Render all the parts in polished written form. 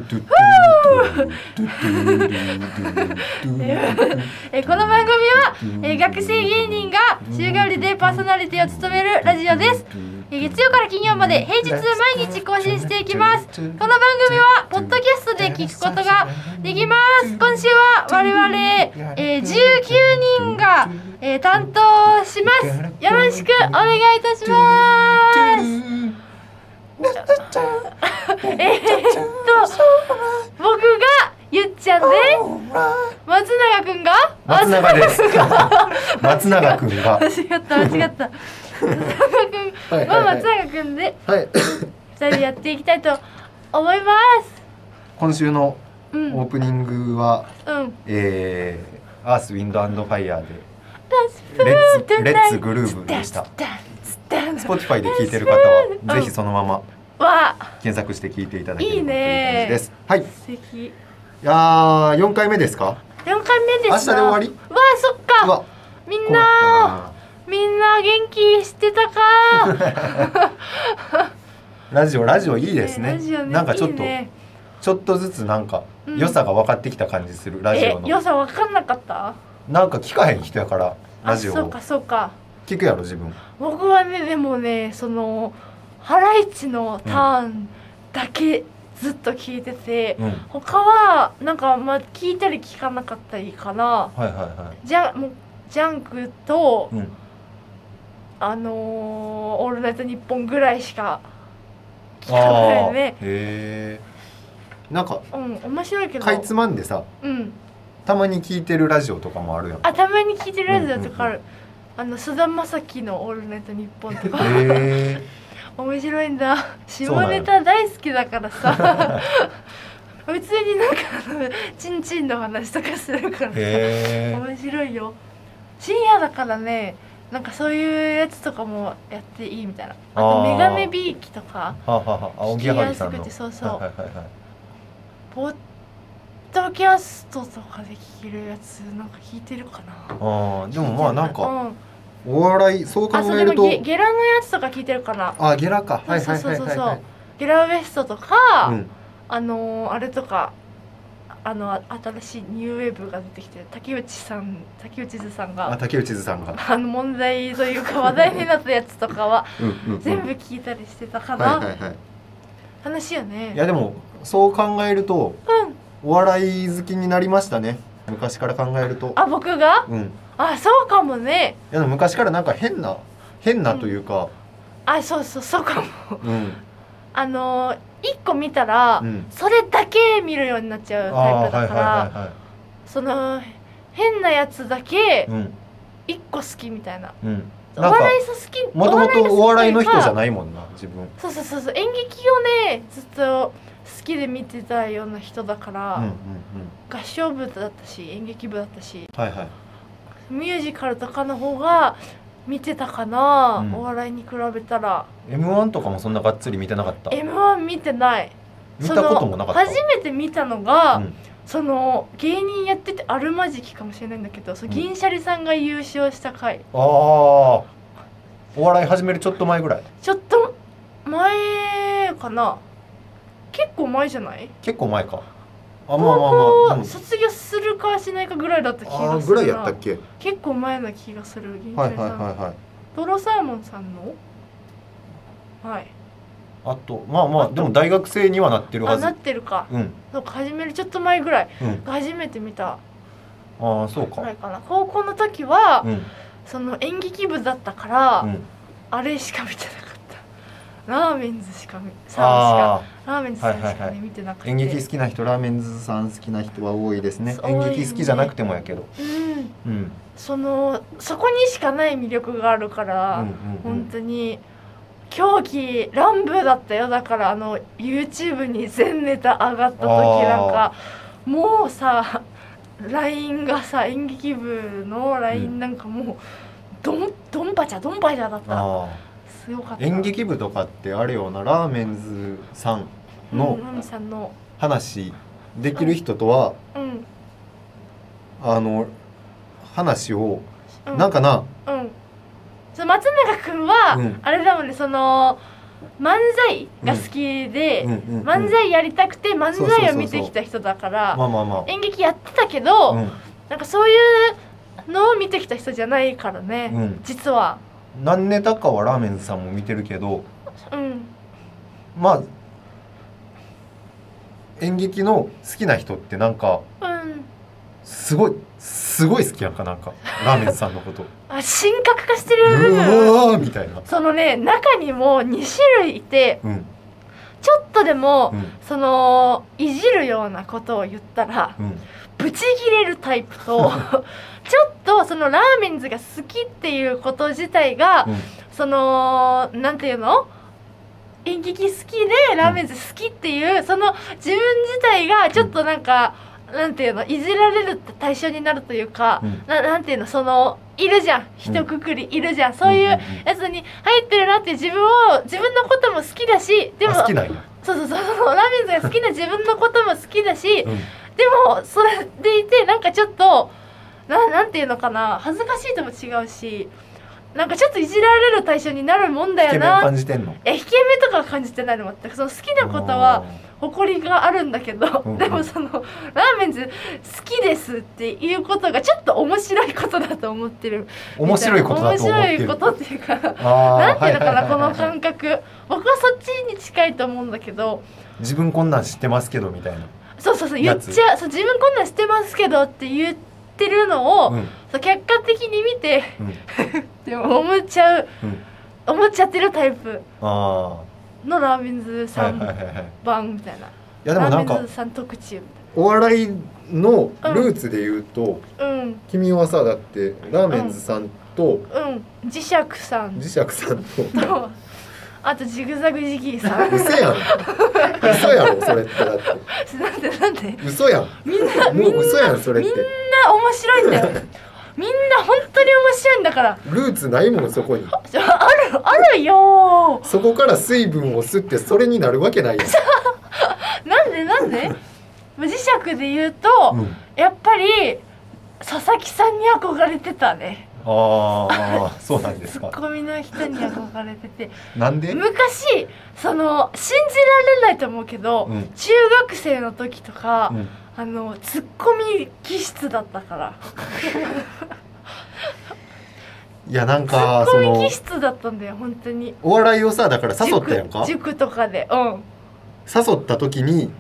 の番組は学生芸人が週替わりでパーソナリティを務めるラジオです。月曜から金曜まで平日毎日更新していきます。この番組はポッドキャストで聞くことができます。今週は我々、19人が、担当します。よろしくお願いいたします。僕がゆっちゃんで、松永くんが松永です松永くんが間違った松永くんは松永くんで2人でやっていきたいと思います。 今週のオープニングは、アースウィンド&ファイヤーでレッツグルーブでした。Spotify で聴いてる方はぜひそのまま検索して聴いていただければという感じです。はい。 素敵。 いやー4回目ですか ？4回目です。 明日で終わり？ そっか。みんな元気してたかラジオいいですね。なんかちょっとずつなんか良さが分かってきた感じする。ラジオの良さ分かんなかった？ なんか聞かへん人やからラジオをそうか聞くやろ自分。 僕はね、でもね、そのハライチのターンだけずっと聞いてて、他はなんか聞いたり聞かなかったりかな。ジャンクと、オールナイトニッポンぐらいしか聞かないね。 へー。なんか、 面白いけどかいつまんでさ、たまに聞いてるラジオとかもあるやん。 たまに聞いてるラジオとかある。菅田将暉のオールナイトニッポンとか面白いんだ。下ネタ大好きだからさ普通になんかチンチンの話とかするからさ面白いよ。深夜だからね、なんかそういうやつとかもやっていいみたいな。あとメガネビーキとか青木やはりさんのそうポッドキャストとかで聞けるやつなんか聞いてるかな。 でもなんかお笑いそう考えるとゲラのやつとか聞いてるかな。 ゲラか。 そうゲラウエストとか、あれとか新しいニューウェーブが出てきて竹内図さんが問題というか話題になったやつとかは全部聞いたりしてたかな。楽しいよね。 いやでもそう考えると、お笑い好きになりましたね。昔から考えると。 僕が？そうかもね。 いやでも昔からなんか変なというか。 そうかも。一個見たら、それだけ見るようになっちゃうタイプだから、その変なやつだけ一個好きみたいな。お笑い好き。 もともとお笑いの人じゃないもんな自分。 そう演劇をねずっと好きで見てたような人だから、合唱部だったし演劇部だったし、ミュージカルとかの方が見てたかな、お笑いに比べたら。 M1 とかもそんながっつり見てなかった？ M1 見てない。 見たこともなかった。 初めて見たのが、その芸人やっててあるまじきかもしれないんだけど、銀シャリさんが優勝した回。 お笑い始めるちょっと前ぐらい？ ちょっと前かな。結構前じゃない？ 結構前か。 高校卒業するかしないかぐらいだった気がするな。 ぐらいやったっけ？ 結構前な気がする。銀シャリさん、トロサーモンさんのあとでも大学生にはなってるはず。 なってるか。そうか、始めるちょっと前ぐらいが初めて見た。 そうか。 ぐらいかな。高校の時は、その演劇部だったから、あれしか見てなかった。ラーメンズしかラーメンズさんしか見てなくて。 演劇好きな人、ラーメンズさん好きな人は多いですね。演劇好きじゃなくてもやけど。そこにしかない魅力があるから、本当に狂気乱舞だったよ。だからYouTube に全ネタ上がった時なんか、もうさ LINE がさ、演劇部の LINE なんかもうドンパチャだった。すごかった。 演劇部とかってあれよな、ラーメンズさんの話できる人とは、話をなんかな、 松永くんは、あれだもんね、 漫才が好きで、漫才やりたくて漫才を見てきた人だから演劇やってたけど、なんかそういうのを見てきた人じゃないからね、実は。 何ネタかはラーメンズさんも見てるけど、まあ演劇の好きな人ってなんか、すごい好きやんか、なんかラーメンズさんのこと神格化してる部分、 うわーみたいな。 そのね、中にも2種類いて、ちょっとでも、そのいじるようなことを言ったら、ブチギレるタイプとちょっとそのラーメンズが好きっていうこと自体が、そのなんていうの、演劇好きでラーメンズ好きっていう、その自分自体がちょっとなんか、なんていうの、いじられるって対象になるというか、なんていうの、そのいるじゃん、一括りいるじゃん、そういうやつに入ってるなって自分のことも好きだし、でも好きなんや。 そうラーメンズが好きな自分のことも好きだし、でもそれでいてなんかちょっとなんていうのかな、恥ずかしいとも違うし、なんかちょっといじられる対象になるもんだよな。 引け目感じてんの？ 引け目とかは感じてないの。全くその好きなことは誇りがあるんだけど、でもそのラーメンズ好きですっていうことがちょっと面白いことだと思ってる。 面白いことだと思ってる。 面白いことっていうか、なんていうのかな、この感覚。僕はそっちに近いと思うんだけど。自分こんなん知ってますけどみたいな。 そう言っちゃう。自分こんなん知ってますけどって言ってるのを、客観的に見て、でも思っちゃってるタイプのラーメンズさん版みたいな。いやでもなんかラーメンズさん特注みたいな。 お笑いのルーツで言うと、君はさ、だってラーメンズさんと、 磁石さんとあとジグザグジギーさん。 嘘やん。嘘やろそれって。だってなんで嘘やん。みんなもう嘘やんそれって。 みんな面白いんだよ。みんな本当に面白いんだから。 ルーツないもんそこに。 あるよ。 そこから水分を吸ってそれになるわけないやん。 なんで磁石で言うと、やっぱり佐々木さんに憧れてたね。そうなんですか。ツッコミの人に憧れてて。 なんで？ 昔その信じられないと思うけど、中学生の時とか、ツッコミ気質だったから。 いやなんかツッコミ気質だったんだよ本当に。 お笑いをさ、だから誘ったやんか。 塾とかで、 誘った時に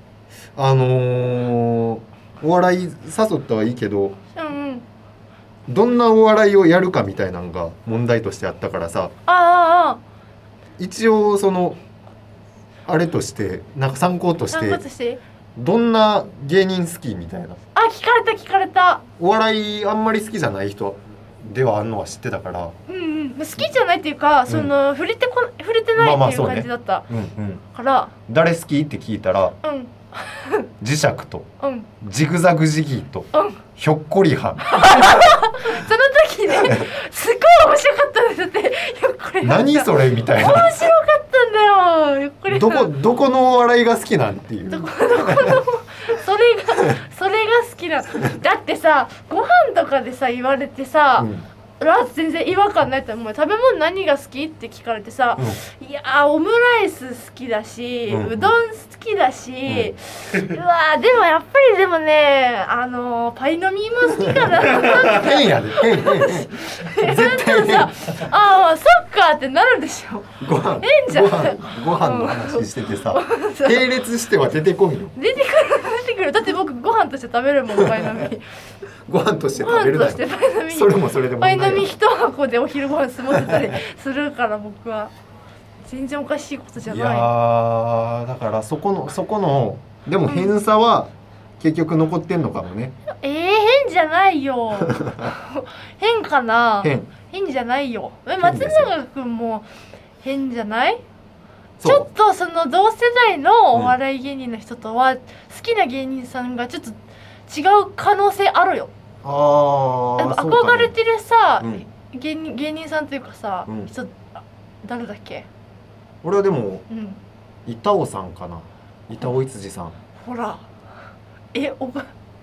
お笑い誘ったはいいけど、どんなお笑いをやるかみたいなのが問題としてあったからさ。一応そのあれとしてなんか参考としてどんな芸人好きみたいな。 聞かれた。 お笑いあんまり好きじゃない人ではあんのは知ってたから。 好きじゃないっていうか、その触れてないっていう感じだったから。 誰好きって聞いたら、磁石と、ジグザグジギーと、ひょっこりはん。 その時ね、すごい面白かったんだって。ひょっこりはん何それみたいな。 面白かったんだよ。ひょっこりはん。 どこのお笑いが好きなんっていう。 どこのそれが好きな。だってさ、ご飯とかでさ言われてさ。全然違和感ないと思う。食べ物何が好きって聞かれてさ、いやオムライス好きだし、うどん好きだし、うわでもやっぱりでもね、パイの実も好きかな。 変やで、変絶対さ、そっかってなるでしょ。変じゃん。 ご飯の話しててさ、並列しては出てこんよ。 出てくる。だって僕ご飯として食べるもん、パイの実。 ご飯として食べるなよ。それもそれでもパイの実一箱でお昼ご飯済ませたりするから僕は全然おかしいことじゃない。いやだからそこのでも偏差は結局残ってんのかもね。 変じゃないよ。変かな。変じゃないよ。松永くんも変じゃない？ちょっとその同世代のお笑い芸人の人とは好きな芸人さんがちょっと違う可能性あるよ。憧れてるさ、芸人さんというかさ、人誰だっけ？ 俺はでも、板尾さんかな。板尾いつじさん。 ほら、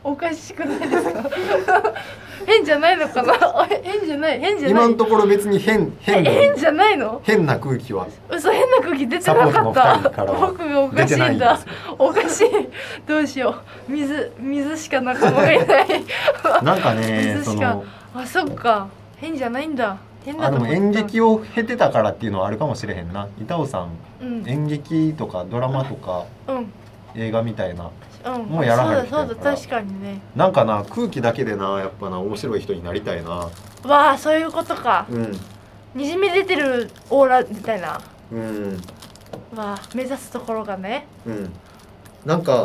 おかしくないですか？変じゃないのかな？変じゃない今のところ別に変じゃないの？ 変な空気は嘘、変な空気出てなかった。僕がおかしいんだ。おかしい。どうしよう。水しか仲間がいない。 なんかね、 水しか。あ、そっか。変じゃないんだ。変だと思った。 でも演劇を経てたからっていうのはあるかもしれへんな。板尾さん、演劇とかドラマとか、映画みたいな、もうやらないみたいな。 そうだ確かにね。 なんかな、空気だけでな、やっぱな、面白い人になりたいな。 わあ、そういうことか。にじみ出てるオーラみたいな。わあ、目指すところがね。 なんか、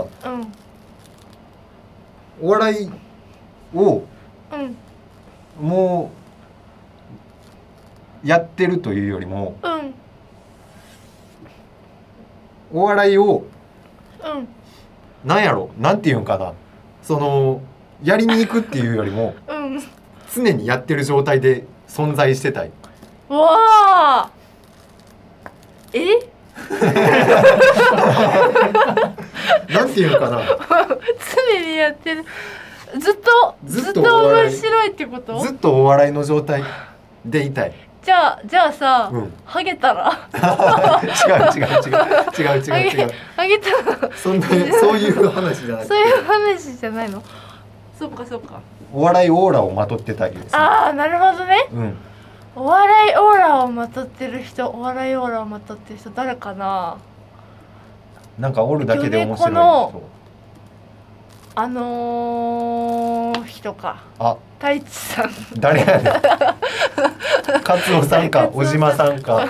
お笑いを、もうやってるというよりも、お笑いを、なんやろ、なんていうんかな、そのやりに行くっていうよりも、常にやってる状態で存在してたい。 わあ。 なんていうかな。 常にやってる。ずっと面白いってこと？ ずっとお笑いの状態でいたい。 じゃあさ、ハゲたら？ 違う。 ハゲたら？ そういう話じゃない。 そういう話じゃないの？そっか。 お笑いオーラをまとってたりですね。 ああ、なるほどね。お笑いオーラをまとってる人、誰かな？ なんかおるだけで面白い人。 人か。太一さん。 誰やねん。勝尾さんか、小島さんか、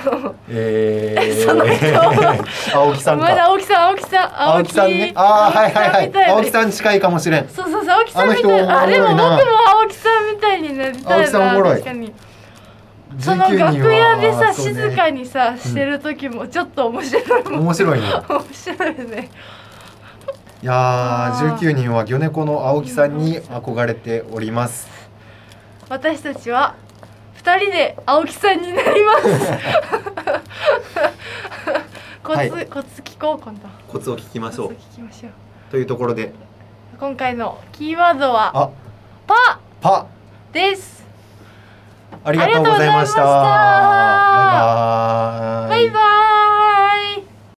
青木さんか。 まだ青木さんね。 青木さん近いかもしれん。 そう、青木さんみたいな。でも僕も青木さんみたいになりたいな。 青木さんおもろい。 確かに。その楽屋でさ、静かにさしてる時もちょっと面白いもん。 面白いね。 面白いね。 いやー、19人は魚猫の青木さんに憧れております。 私たちは2人で青木さんになります。コツ聞こう、今度。 コツを聞きましょう。 コツ聞きましょう。 というところで、 今回のキーワードはパです。 ありがとうございました。バイバーイ。